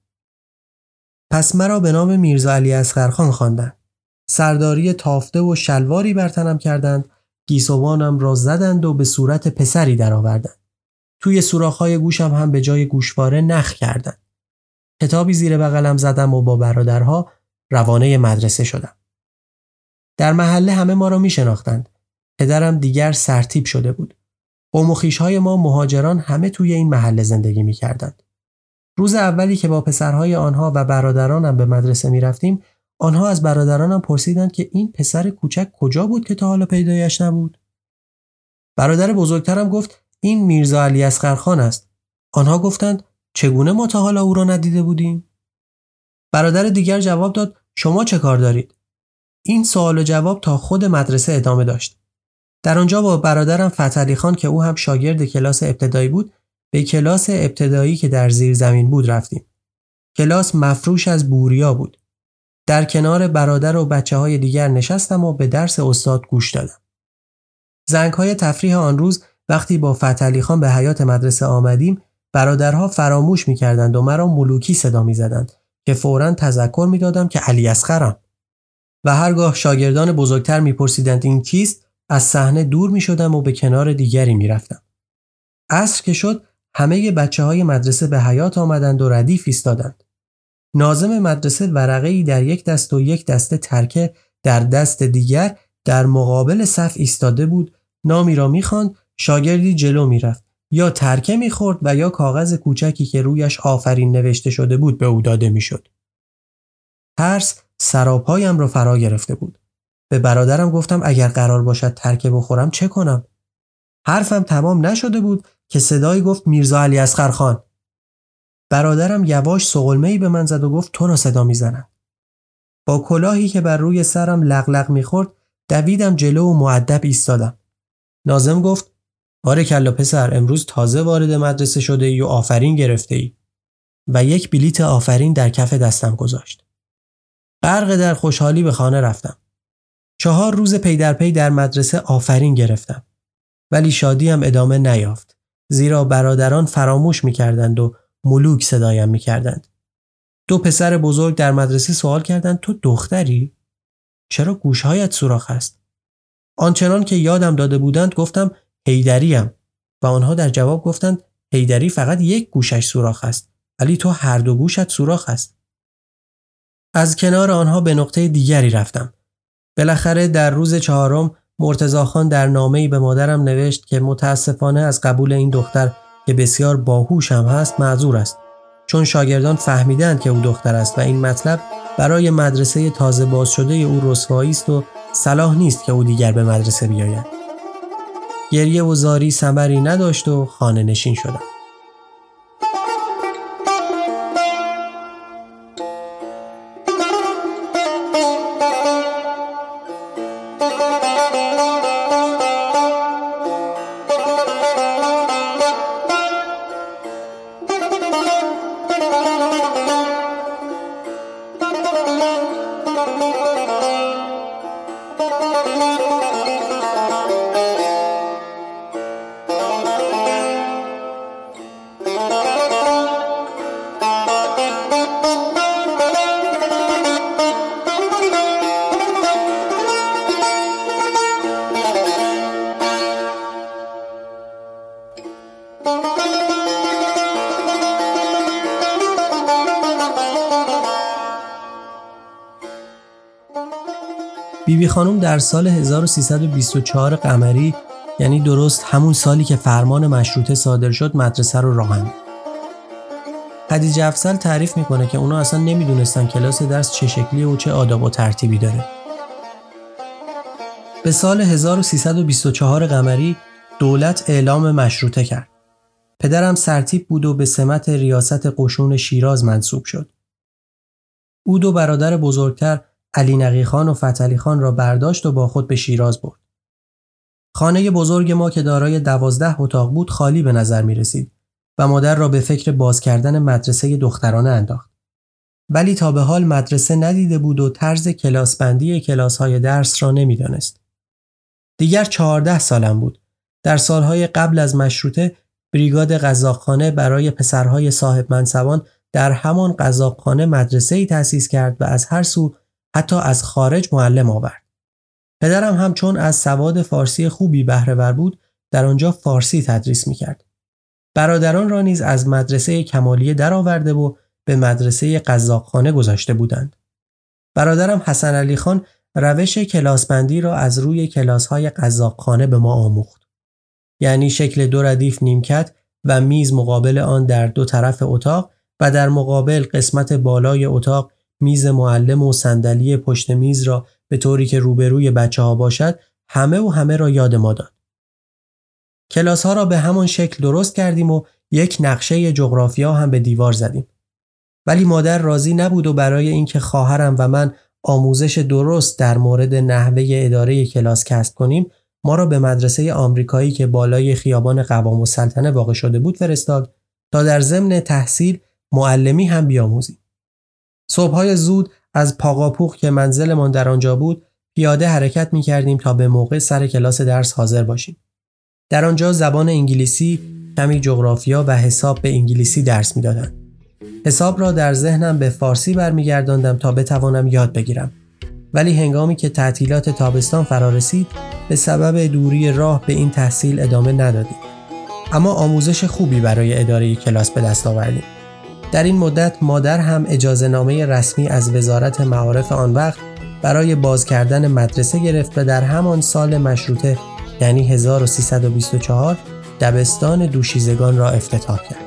پس مرا به نام میرزا علی اصغرخان خواندند. سرداری تافته و شلواری بر تنم کردند، گیسوانم را زدند و به صورت پسری درآوردند. توی سوراخ‌های گوشم هم به جای گوشواره نخ کردند. کتابی زیر بغلم زدم و با برادرها روانه مدرسه شدم. در محله همه ما را می شناختند. پدرم دیگر سرتیپ شده بود. قوم و خویش‌های ما مهاجران همه توی این محله زندگی می‌کردند. روز اولی که با پسرهای آنها و برادرانم به مدرسه می‌رفتیم، آنها از برادرانم پرسیدند که این پسر کوچک کجا بود که تا حالا پیدایش نبود؟ برادر بزرگترم گفت این میرزا علی اصغر خان است. آنها گفتند چگونه ما تا حالا او را ندیده بودیم؟ برادر دیگر جواب داد شما چه کار دارید؟ این سوال و جواب تا خود مدرسه ادامه داشت. در آنجا با برادرم فتحعلی خان که او هم شاگرد کلاس ابتدایی بود، به کلاس ابتدایی که در زیر زمین بود رفتیم. کلاس مفروش از بوریا بود. در کنار برادر و بچه‌های دیگر نشستم و به درس استاد گوش دادم. زنگ‌های تفریح آن روز وقتی با فتحعلی خان به حیاط مدرسه آمدیم، برادرها فراموش می‌کردند و مرا ملوکی صدا می‌زدند که فوراً تذکر می‌دادم که علی اصغرم. و هرگاه شاگردان بزرگتر می‌پرسیدند این کیست، از صحنه دور می‌شدم و به کنار دیگری می‌رفتم. عصر که شد، همه بچه‌های مدرسه به حیاط آمدند و ردیف ایستادند. ناظم مدرسه ورقه‌ای در یک دست و یک دسته ترکه در دست دیگر در مقابل صف ایستاده بود. نامی را می‌خواند، شاگردی جلو می‌رفت، یا ترکه می‌خورد و یا کاغذ کوچکی که رویش آفرین نوشته شده بود به او داده می‌شد. ترس سراپایم را فرا گرفته بود. به برادرم گفتم اگر قرار باشد ترکه بخورم چه کنم؟ حرفم تمام نشده بود که صدایی گفت میرزا علی اصغر خان. برادرم یواش سغلمه‌ای به من زد و گفت تو را صدا می‌زنند. با کلاهی که بر روی سرم لغلغ می‌خورد دویدم جلو و مؤدب ایستادم. ناظم گفت بارکلا پسر، امروز تازه وارد مدرسه شده ای و آفرین گرفته ای. و یک بلیت آفرین در کف دستم گذاشت. غرق در خوشحالی به خانه رفتم. 4 روز پی در پی در مدرسه آفرین گرفتم. ولی شادیم ادامه نیافت. زیرا برادران فراموش می‌کردند و ملوک صدایم می‌کردند. 2 پسر بزرگ در مدرسه سوال کردند تو دختری؟ چرا گوشهایت سوراخ است؟ آنچنان که یادم داده بودند گفتم حیدریم و آنها در جواب گفتند حیدری فقط یک گوشش سوراخ است، ولی تو هر 2 گوشت سوراخ است. از کنار آنها به نقطه دیگری رفتم. بالاخره در روز 4 مرتضی خان در نامه‌ای به مادرم نوشت که متاسفانه از قبول این دختر که بسیار باهوش هم هست معذور است، چون شاگردان فهمیدند که او دختر است و این مطلب برای مدرسه تازه باز شده او رسوایی است و صلاح نیست که او دیگر به مدرسه بیاید. گریه و زاری ثمری نداشت و خانه نشین شدم. بیبی خانم در سال 1324 قمری، یعنی درست همون سالی که فرمان مشروطه صادر شد، مدرسه رو راه انداخت. خدیجه افضل تعریف میکنه که اونا اصلا نمیدونستن کلاس درس چه شکلیه و چه آداب و ترتیبی داره. به سال 1324 قمری دولت اعلام مشروطه کرد. پدرم سرتیپ بود و به سمت ریاست قشون شیراز منصوب شد. او 2 برادر بزرگتر علی نقی خان و فتحعلی خان را برداشت و با خود به شیراز برد. خانه بزرگ ما که دارای 12 اتاق بود خالی به نظر می رسید و مادر را به فکر باز کردن مدرسه دخترانه انداخت. ولی تا به حال مدرسه ندیده بود و طرز کلاس بندی کلاس‌های درس را نمی‌دانست. دیگر 14 سالم بود. در سالهای قبل از مشروطه بریگاد قزاقخانه برای پسرهای صاحب منصبان در همان قزاقخانه مدرسه‌ای تأسیس کرد و از هر سو حتی از خارج معلم آورد. پدرم هم چون از سواد فارسی خوبی بهره ور بود در آنجا فارسی تدریس می‌کرد. برادران را نیز از مدرسه کمالیه درآورده و به مدرسه قزاقخانه گذاشته بودند. برادرم حسن علی خان روش کلاسبندی را از روی کلاس‌های قزاقخانه به ما آموخت. یعنی شکل 2 ردیف نیمکت و میز مقابل آن در 2 طرف اتاق و در مقابل قسمت بالای اتاق میز معلم و صندلی پشت میز را به طوری که روبروی بچه‌ها باشد همه را یاد ما داد. کلاس‌ها را به همان شکل درست کردیم و یک نقشه جغرافیا هم به دیوار زدیم. ولی مادر راضی نبود و برای اینکه خواهرم و من آموزش درست در مورد نحوه اداره کلاس کسب کنیم، ما را به مدرسه آمریکایی که بالای خیابان قوام السلطنه واقع شده بود فرستاد تا در ضمن تحصیل معلمی هم بیاموزیم. صبح‌های زود از پاقاپوق که منزلمان در آنجا بود پیاده حرکت می‌کردیم تا به موقع سر کلاس درس حاضر باشیم. در آنجا زبان انگلیسی، کمی جغرافیا و حساب به انگلیسی درس می‌دادند. حساب را در ذهنم به فارسی برمیگرداندم تا بتوانم یاد بگیرم. ولی هنگامی که تعطیلات تابستان فرا رسید به سبب دوری راه به این تحصیل ادامه ندادیم. اما آموزش خوبی برای اداره کلاس به دست آوردیم. در این مدت مادر هم اجازه‌نامه رسمی از وزارت معارف آن وقت برای باز کردن مدرسه گرفت و در همان سال مشروطه یعنی 1324 دبستان دوشیزگان را افتتاح کرد.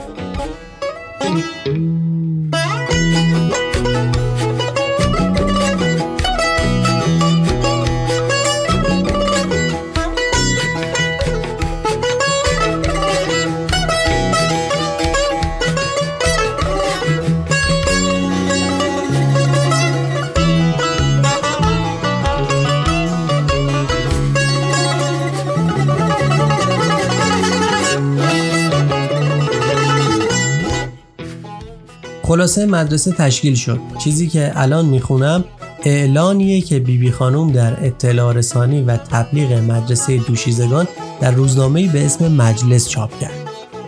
خلاصه مدرسه تشکیل شد. چیزی که الان میخونم اعلانیه که بیبی خانم در اطلاع رسانی و تبلیغ مدرسه دوشیزگان در روزنامه‌ای به اسم مجلس چاپ کرد.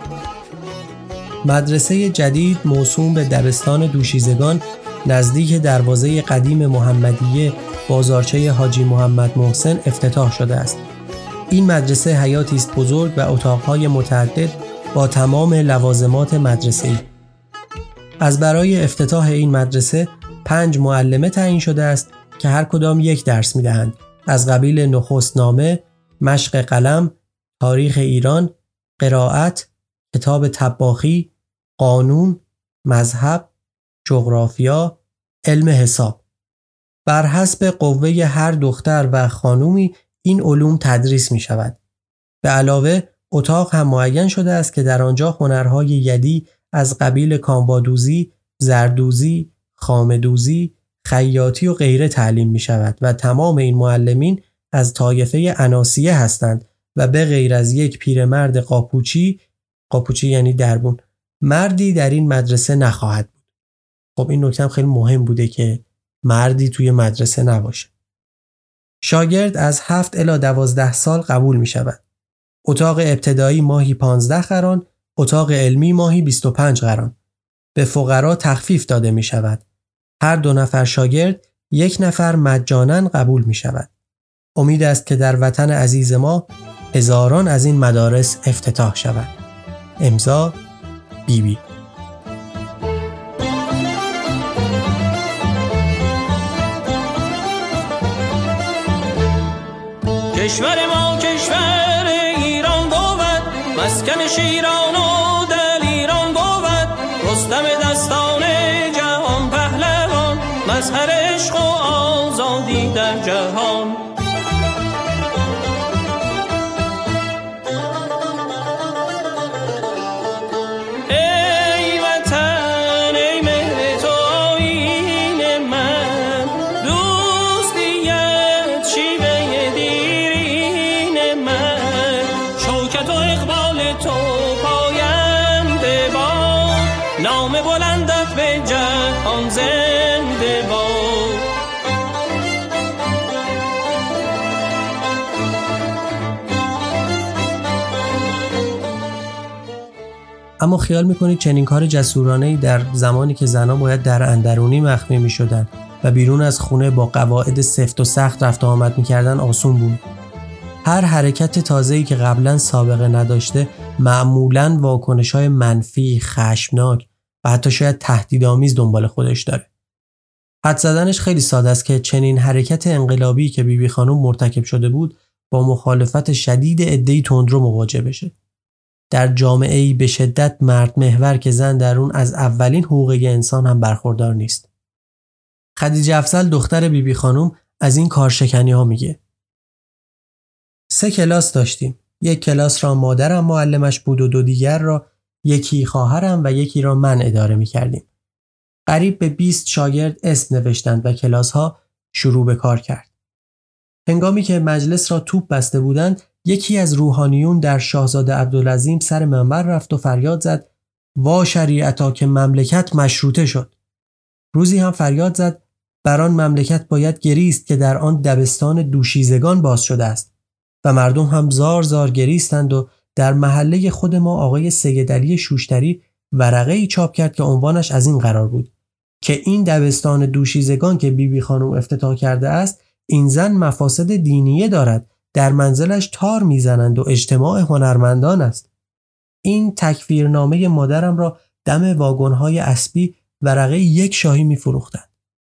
مدرسه جدید موسوم به دبستان دوشیزگان نزدیک دروازه قدیم محمدیه بازارچه حاجی محمد محسن افتتاح شده است. این مدرسه حیاتی است بزرگ و اتاقهای متعدد با تمام لوازمات مدرسه‌ای. از برای افتتاح این مدرسه 5 معلمه تعیین شده است که هر کدام یک درس می‌دهند، از قبیل نخستنامه، مشق قلم، تاریخ ایران، قرائت، کتاب طباخی، قانون، مذهب، جغرافیا، علم حساب. بر حسب قوه هر دختر و خانومی این علوم تدریس می‌شود. به علاوه اتاق هم معین شده است که در آنجا هنرهای یدی از قبیل کامبادوزی، زردوزی، خامه‌دوزی، خیاطی و غیره تعلیم می شود و تمام این معلمین از طایفه اناسیه هستند و به غیر از یک پیرمرد قاپوچی یعنی دربون، مردی در این مدرسه نخواهد بود. خب این نکته خیلی مهم بوده که مردی توی مدرسه نباشه. شاگرد از 7 الی 12 سال قبول می شود. اتاق ابتدایی ماهی 15 قران، اتاق علمی ماهی 25 قران. به فقرا تخفیف داده می شود. هر 2 نفر شاگرد 1 نفر مجانا قبول می شود. امید است که در وطن عزیز ما هزاران از این مدارس افتتاح شود. امضا بیبی. کشور ما کشور ایران بود، مسکن شیران و دلیران بود، رستم دستان جهان پهلوان، مظهر عشق و آزادی در جهان. اما خیال میکنید چنین کار جسورانه‌ای در زمانی که زنان باید در اندرونی مخفی میشدن و بیرون از خونه با قواعد سفت و سخت رفت و آمد میکردن آسون بود؟ هر حرکت تازه‌ای که قبلا سابقه نداشته معمولاً واکنش‌های منفی، خشمناک و حتی شاید تهدیدآمیز دنبال خودش داره. حد زدنش خیلی ساده است که چنین حرکت انقلابی که بیبی خانم مرتکب شده بود با مخالفت شدید عده‌ای تندرو مواجه بشه. در جامعه‌ای به شدت مرد محور که زن در اون از اولین حقوق انسان هم برخوردار نیست. خدیجه افضل دختر بیبی خانم از این کارشکنی‌ها میگه: 3 کلاس داشتیم. 1 کلاس را مادرم معلمش بود و 2 دیگر را یکی خواهرم و یکی را من اداره می‌کردیم. قریب به 20 شاگرد اسم نوشتند و کلاس‌ها شروع به کار کرد. هنگامی که مجلس را توپ بسته بودند، یکی از روحانیون در شاهزاده عبدالعظیم سر منبر رفت و فریاد زد: وا شریعتا که مملکت مشروطه شد. روزی هم فریاد زد: بر آن مملکت باید گریست که در آن دبستان دوشیزگان باز شده است. و مردم هم زار زار گریستند و در محله خود ما آقای سیدعلی شوشتری ورقه‌ای چاپ کرد که عنوانش از این قرار بود که این دبستان دوشیزگان که بیبی خانم افتتاح کرده است، این زن مفاسد دینیه دارد، در منزلش تار میزنند و اجتماع هنرمندان است. این تکفیرنامه مادرم را دم واگن‌های اسبی ورقه 1 شاهی می‌فروختند.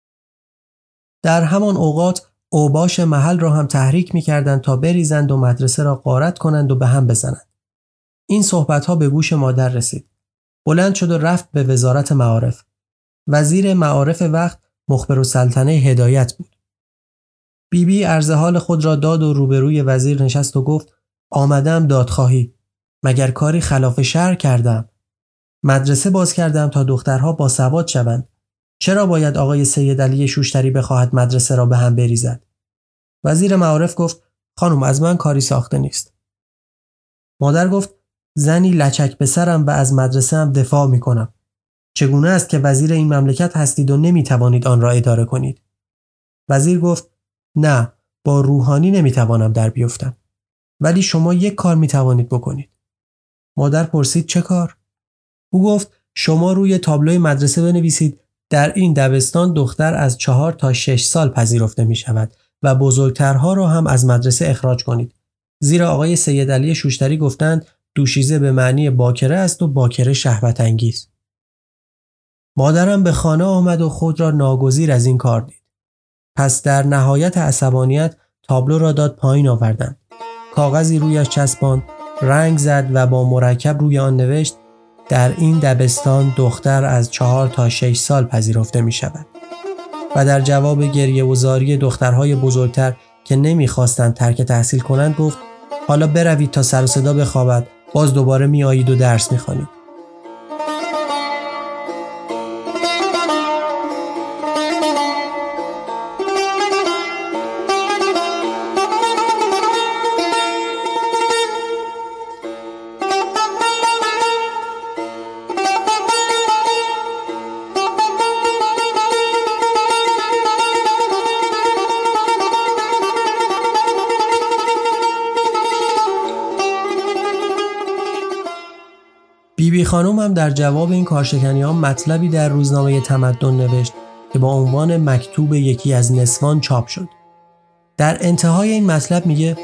در همان اوقات اوباش محل را هم تحریک می‌کردند تا بریزند و مدرسه را غارت کنند و به هم بزنند. این صحبت‌ها به گوش مادر رسید. بلند شد و رفت به وزارت معارف. وزیر معارف وقت مخبرالسلطنه هدایت بود. بیبی عرض حال خود را داد و روبروی وزیر نشست و گفت: آمدم دادخواهی. مگر کاری خلاف شرع کردم؟ مدرسه باز کردم تا دخترها باسواد شوند. چرا باید آقای سیدعلی شوشتری بخواهد مدرسه را به هم بریزد؟ وزیر معارف گفت: خانم، از من کاری ساخته نیست. مادر گفت: زنی لچک به سرم و از مدرسه هم دفاع می کنم. چگونه است که وزیر این مملکت هستید و نمی توانید آن را اداره کنید؟ وزیر گفت: نه، با روحانی نمی توانم در بیفتم. ولی شما یک کار می توانید بکنید. مادر پرسید: چه کار؟ او گفت: شما روی تابلوی مدرسه بنویسید در این دبستان دختر از 4 تا 6 سال پذیرفته می شود و بزرگترها را هم از مدرسه اخراج کنید. زیرا آقای سیدعلی شوشتری گفتند دوشیزه به معنی باکره است و باکره شهوت انگیز. مادرم به خانه آمد و خود را ناگزیر از این کار دید. پس در نهایت عصبانیت تابلو را داد پایین آوردند. کاغذی رویش چسباند، رنگ زد و با مرکب روی آن نوشت: در این دبستان دختر از 4 تا 6 سال پذیرفته می شود. و در جواب گریه و زاری دخترهای بزرگتر که نمی خواستند ترک تحصیل کنند گفت: حالا بروید تا سر و صدا بخوابد، باز دوباره می آیید و درس می خوانید. بیبی خانم هم در جواب این کارشکنی‌ها مطلبی در روزنامه تمدن نوشت که با عنوان مکتوب یکی از نسوان چاپ شد. در انتهای این مطلب میگه: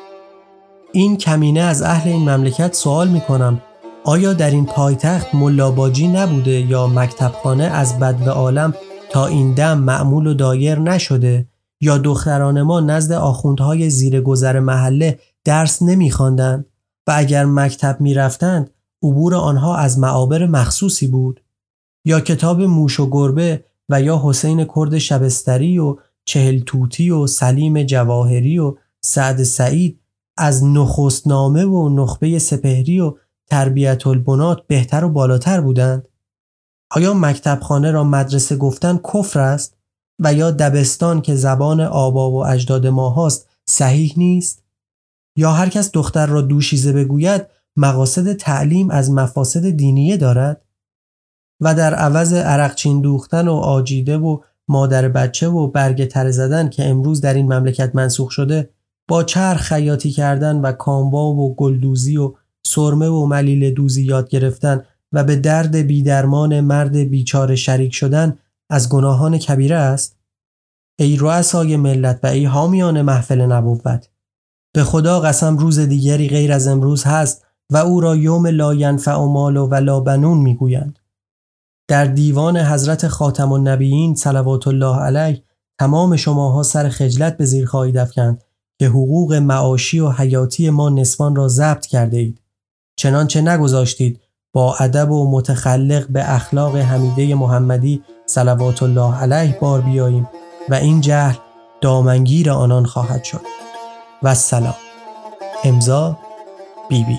این کمینه از اهل این مملکت سوال میکنم آیا در این پایتخت ملاباجی نبوده یا مکتبخانه از بدو عالم تا این دم معمول و دایر نشده یا دختران ما نزد آخوندهای زیر گذر محله درس نمیخواندند و اگر مکتب میرفتند عبور آنها از معابر مخصوصی بود یا کتاب موش و گربه و یا حسین کرد شبستری و چهل توتی و سلیم جواهری و سعد سعید از نخستنامه و نخبه سپهری و تربیت البنات بهتر و بالاتر بودند؟ آیا مکتبخانه را مدرسه گفتن کفر است و یا دبستان که زبان آبا و اجداد ما هاست صحیح نیست؟ یا هر کس دختر را دوشیزه بگوید مقاصد تعلیم از مفاسد دینیه دارد و در عوض عرقچین دوختن و آجیده و مادر بچه و برگ تره زدن که امروز در این مملکت منسوخ شده با چرخ خیاطی کردن و کامبا و گلدوزی و سرمه و ملیل دوزی یاد گرفتن و به درد بیدرمان مرد بیچاره شریک شدن از گناهان کبیره است؟ ای رؤسای ملت و ای حامیان محفل نبوت، به خدا قسم روز دیگری غیر از امروز هست و او را یوم لا ینفع مال و لا بنون میگویند. در دیوان حضرت خاتم النبیین صلوات الله علیه تمام شماها سر خجلت به زیر خواهید افکند که حقوق معاشی و حیاتی ما نسبان را ضبط کرده اید. چنانچه نگذاشتید با ادب و متخلق به اخلاق حمیده محمدی صلوات الله علیه بار بیاییم و این جهل دامنگیر آنان خواهد شد. و السلام. امضا بیبی.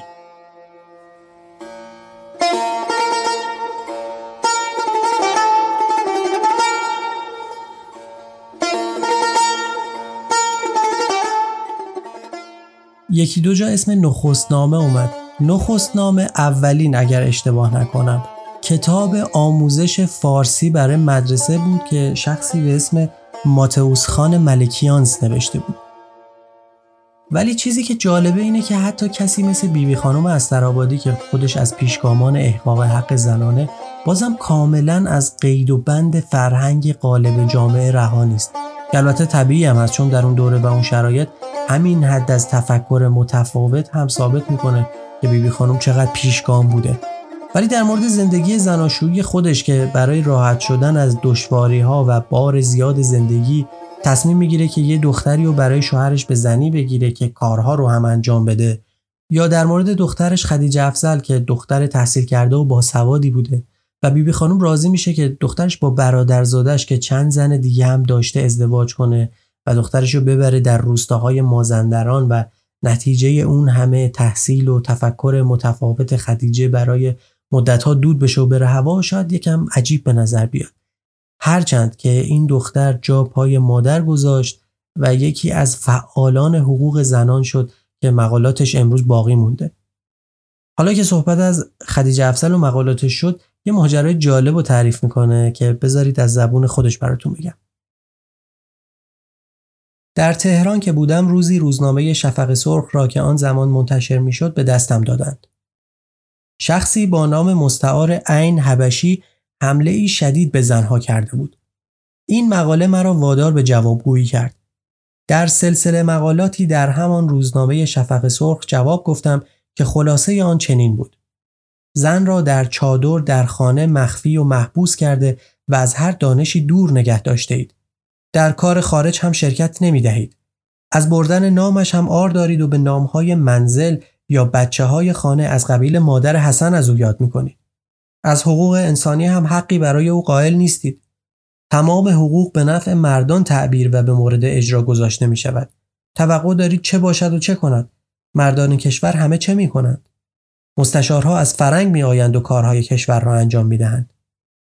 یکی دو جا اسم نخستنامه اومد. نخستنامه اولین اگر اشتباه نکنم کتاب آموزش فارسی برای مدرسه بود که شخصی به اسم ماتئوس خان ملکیانس نوشته بود. ولی چیزی که جالبه اینه که حتی کسی مثل بیبی خانم استرآبادی که خودش از پیشگامان احقاق حق زنانه بازم کاملا از قید و بند فرهنگ غالب جامعه رها نیست. البته طبیعی هم هست چون در اون دوره و اون شرایط همین حد از تفکر متفاوت هم ثابت میکنه که بیبی خانم چقدر پیشگام بوده. ولی در مورد زندگی زناشویی خودش که برای راحت شدن از دشواری‌ها و بار زیاد زندگی تصمیم میگیره که یه دختری رو برای شوهرش به زنی بگیره که کارها رو هم انجام بده، یا در مورد دخترش خدیجه افضل که دختر تحصیل کرده و باسوادی بوده و بیبی خانم راضی میشه که دخترش با برادرزادش که چند زن دیگه هم داشته ازدواج کنه و دخترش رو ببره در روستاهای مازندران و نتیجه اون همه تحصیل و تفکر متفاوت خدیجه برای مدتها دود بشه و بره هوا شاید یکم عجیب به نظر بیاد. هرچند که این دختر جا پای مادر گذاشت و یکی از فعالان حقوق زنان شد که مقالاتش امروز باقی مونده. حالا که صحبت از خدیجه افضل و مقالاتش شد یه ماجرای جالب رو تعریف میکنه که بذارید از زبون خودش براتون بگم. در تهران که بودم روزی روزنامه شفق سرخ را که آن زمان منتشر میشد به دستم دادند. شخصی با نام مستعار عین حبشی حمله‌ای شدید به زنها کرده بود. این مقاله مرا وادار به جوابگویی کرد. در سلسله مقالاتی در همان روزنامه شفق سرخ جواب گفتم که خلاصه آن چنین بود: زن را در چادر در خانه مخفی و محبوس کرده و از هر دانشی دور نگه داشته اید. در کار خارج هم شرکت نمی دهید. از بردن نامش هم عار دارید و به نامهای منزل یا بچه‌های خانه از قبیل مادر حسن از او یاد می‌کنید. از حقوق انسانی هم حقی برای او قائل نیستید. تمام حقوق به نفع مردان تعبیر و به مورد اجرا گذاشته می‌شود. توقع دارید چه باشد و چه کند؟ مردان کشور همه چه می‌کنند؟ مستشارها از فرنگ می‌آیند و کارهای کشور را انجام می‌دهند.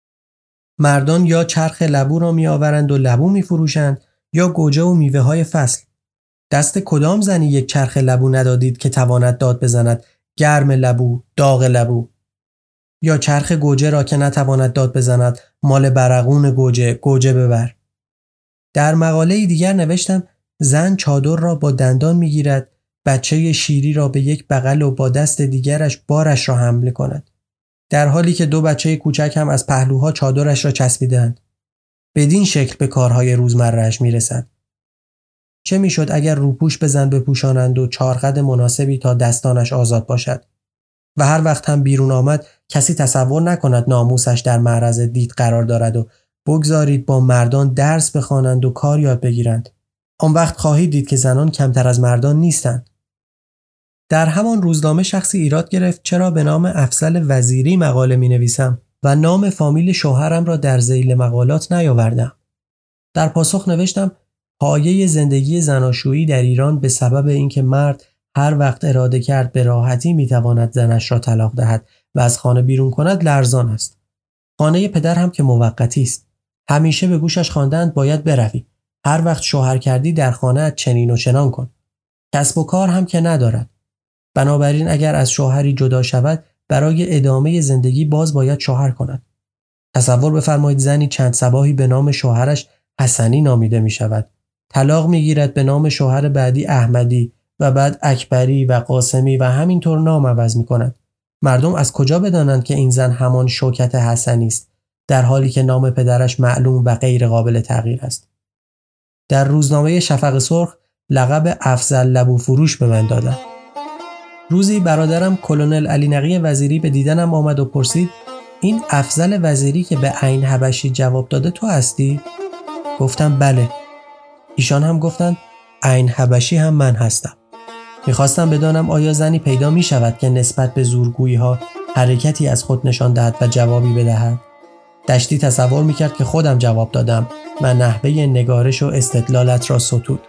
مردان یا چرخ لبو را می‌آورند و لبو می‌فروشند یا گوجه و میوه‌های فصل. دست کدام زنی یک چرخ لبو ندادید که تواند داد بزند گرم لبو، داغ لبو؟ یا چرخ گوجه را که نتواند داد بزند مال برقون گوجه ببر. در مقاله دیگر نوشتم زن چادر را با دندان میگیرد، بچه شیری را به یک بغل و با دست دیگرش بارش را حمل کند، در حالی که دو بچه کوچک هم از پهلوها چادرش را چسبیدند. بدین شکل به کارهای روزمره‌اش میرسد. چه میشد اگر روپوش به زن بپوشانند و چارقد مناسبی تا دستانش آزاد باشد و هر وقت هم بیرون آمد کسی تصور نکند ناموسش در معرض دید قرار دارد و بگذارید با مردان درس بخوانند و کار یاد بگیرند. آن وقت خواهید دید که زنان کمتر از مردان نیستند. در همان روزنامه شخصی ایراد گرفت چرا به نام افضل وزیری مقاله می نویسم و نام فامیل شوهرم را در ذیل مقالات نیاوردم. در پاسخ نوشتم پایه زندگی زناشویی در ایران به سبب اینکه مرد هر وقت اراده کرد به راحتی میتواند زنش را طلاق دهد و از خانه بیرون کند لرزان است. خانه پدر هم که موقتی است. همیشه به گوشش خواندند باید بروی. هر وقت شوهر کردی در خانه چنین و چنان کن. کسب و کار هم که ندارد. بنابراین اگر از شوهری جدا شود برای ادامه زندگی باز باید شوهر کند. تصور بفرمایید زنی چند صباحی به نام شوهرش حسنی نامیده می شود. طلاق می گیرد به نام شوهر بعدی احمدی و بعد اکبری و قاسمی و همینطور نام عوض می کند. مردم از کجا بدانند که این زن همان شوکت حسنی است در حالی که نام پدرش معلوم و غیر قابل تغییر است. در روزنامه شفق سرخ لقب افضل لبو فروش به من دادند. روزی برادرم کلونل علی نقی وزیری به دیدنم آمد و پرسید این افضل وزیری که به عین حبشی جواب داده تو هستی؟ گفتم بله. ایشان هم گفتند عین حبشی هم من هستم. میخواستم بدانم آیا زنی پیدا میشود که نسبت به زورگویی ها حرکتی از خود نشان دهد و جوابی بدهد. دشتی تصور میکرد که خودم جواب دادم و نحوه نگارش و استدلالت را ستود.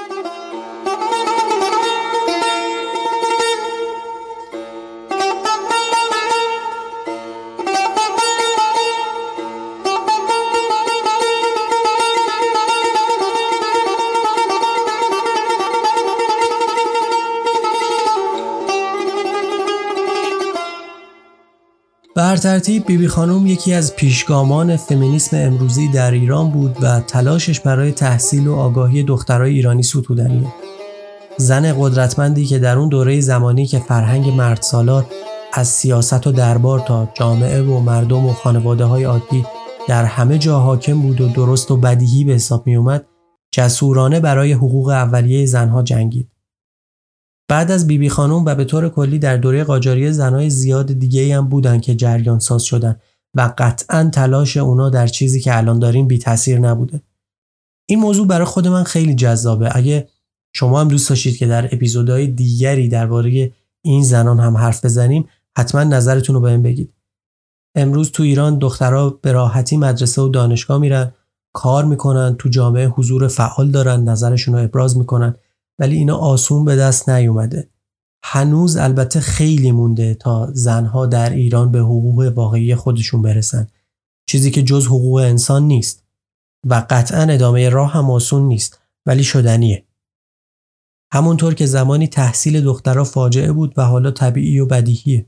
بر ترتیب بیبی خانم یکی از پیشگامان فمینیسم امروزی در ایران بود و تلاشش برای تحصیل و آگاهی دخترای ایرانی ستودنیه. زن قدرتمندی که در اون دوره زمانی که فرهنگ مردسالار از سیاست و دربار تا جامعه و مردم و خانواده‌های عادی در همه جا حاکم بود و درست و بدیهی به حساب می اومد، جسورانه برای حقوق اولیه زنها جنگید. بعد از بیبی خانم و به طور کلی در دوره قاجاری زنای زیاد دیگه‌ای هم بودن که جریان ساز شدن و قطعاً تلاش اونا در چیزی که الان داریم بی تاثیر نبوده. این موضوع برای خود من خیلی جذابه. اگه شما هم دوست داشتید که در اپیزودهای دیگری درباره این زنان هم حرف بزنیم، حتما نظرتون رو بهم بگید. امروز تو ایران دخترها به راحتی مدرسه و دانشگاه میرن، کار میکنن، تو جامعه حضور فعال دارن، نظرشون رو ابراز میکنن، ولی اینا آسون به دست نیومده. هنوز البته خیلی مونده تا زنها در ایران به حقوق واقعی خودشون برسن، چیزی که جز حقوق انسان نیست و قطعاً ادامه راه هم آسون نیست، ولی شدنیه. همونطور که زمانی تحصیل دخترها فاجعه بود و حالا طبیعی و بدیهیه.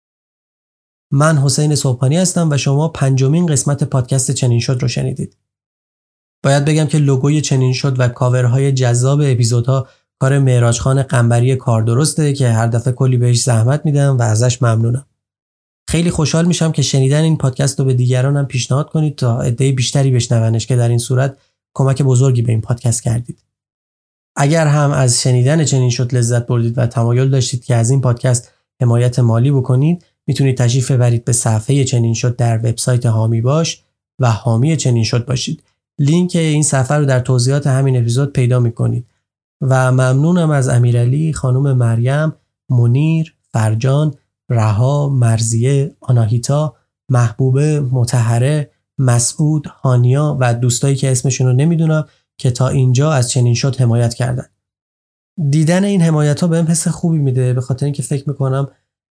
من حسین صبحانی هستم و شما 5مین قسمت پادکست چنین شد رو شنیدید. باید بگم که لوگوی چنین شد و کاورهای جذاب اپیزودها کار معراج خان قنبری کار درسته که هر دفعه کلی بهش زحمت میدم و ازش ممنونم. خیلی خوشحال میشم که شنیدن این پادکست رو به دیگران هم پیشنهاد کنید تا عده بیشتری بشنونش که در این صورت کمک بزرگی به این پادکست کردید. اگر هم از شنیدن چنین شد لذت بردید و تمایل داشتید که از این پادکست حمایت مالی بکنید، میتونید تشریف ببرید به صفحه چنین شد در وبسایت حامی باش و حامی چنین شد باشید. لینک این صفحه رو در توضیحات همین اپیزود پیدا میکنید. و ممنونم از امیرعلی، خانم مریم، منیر، فرجان، رها، مرزیه، آناهیتا، محبوبه، مطهره، مسعود، هانیا و دوستایی که اسمشون رو نمیدونم که تا اینجا از چنین شد حمایت کردن. دیدن این حمایت ها بهم حس خوبی میده، به خاطر اینکه فکر میکنم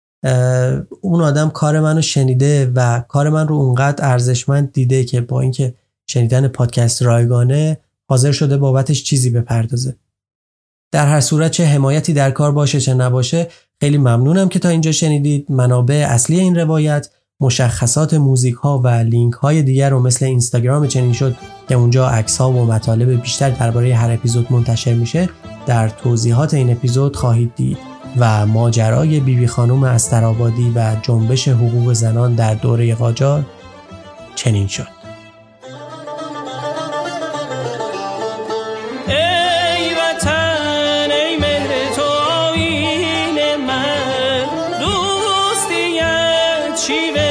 اون آدم کار منو شنیده و کار من رو اونقدر ارزشمند دیده که با اینکه شنیدن پادکست رایگانه حاضر شده بابتش چیزی بپردازه. در هر صورت چه حمایتی در کار باشه چه نباشه، خیلی ممنونم که تا اینجا شنیدید. منابع اصلی این روایت، مشخصات موزیک ها و لینک های دیگر رو مثل اینستاگرام چنین شد که اونجا عکس ها و مطالب بیشتر درباره هر اپیزود منتشر میشه، در توضیحات این اپیزود خواهید دید. و ماجرای بیبی خانم استرآبادی و جنبش حقوق زنان در دوره قاجار چنین شد. چی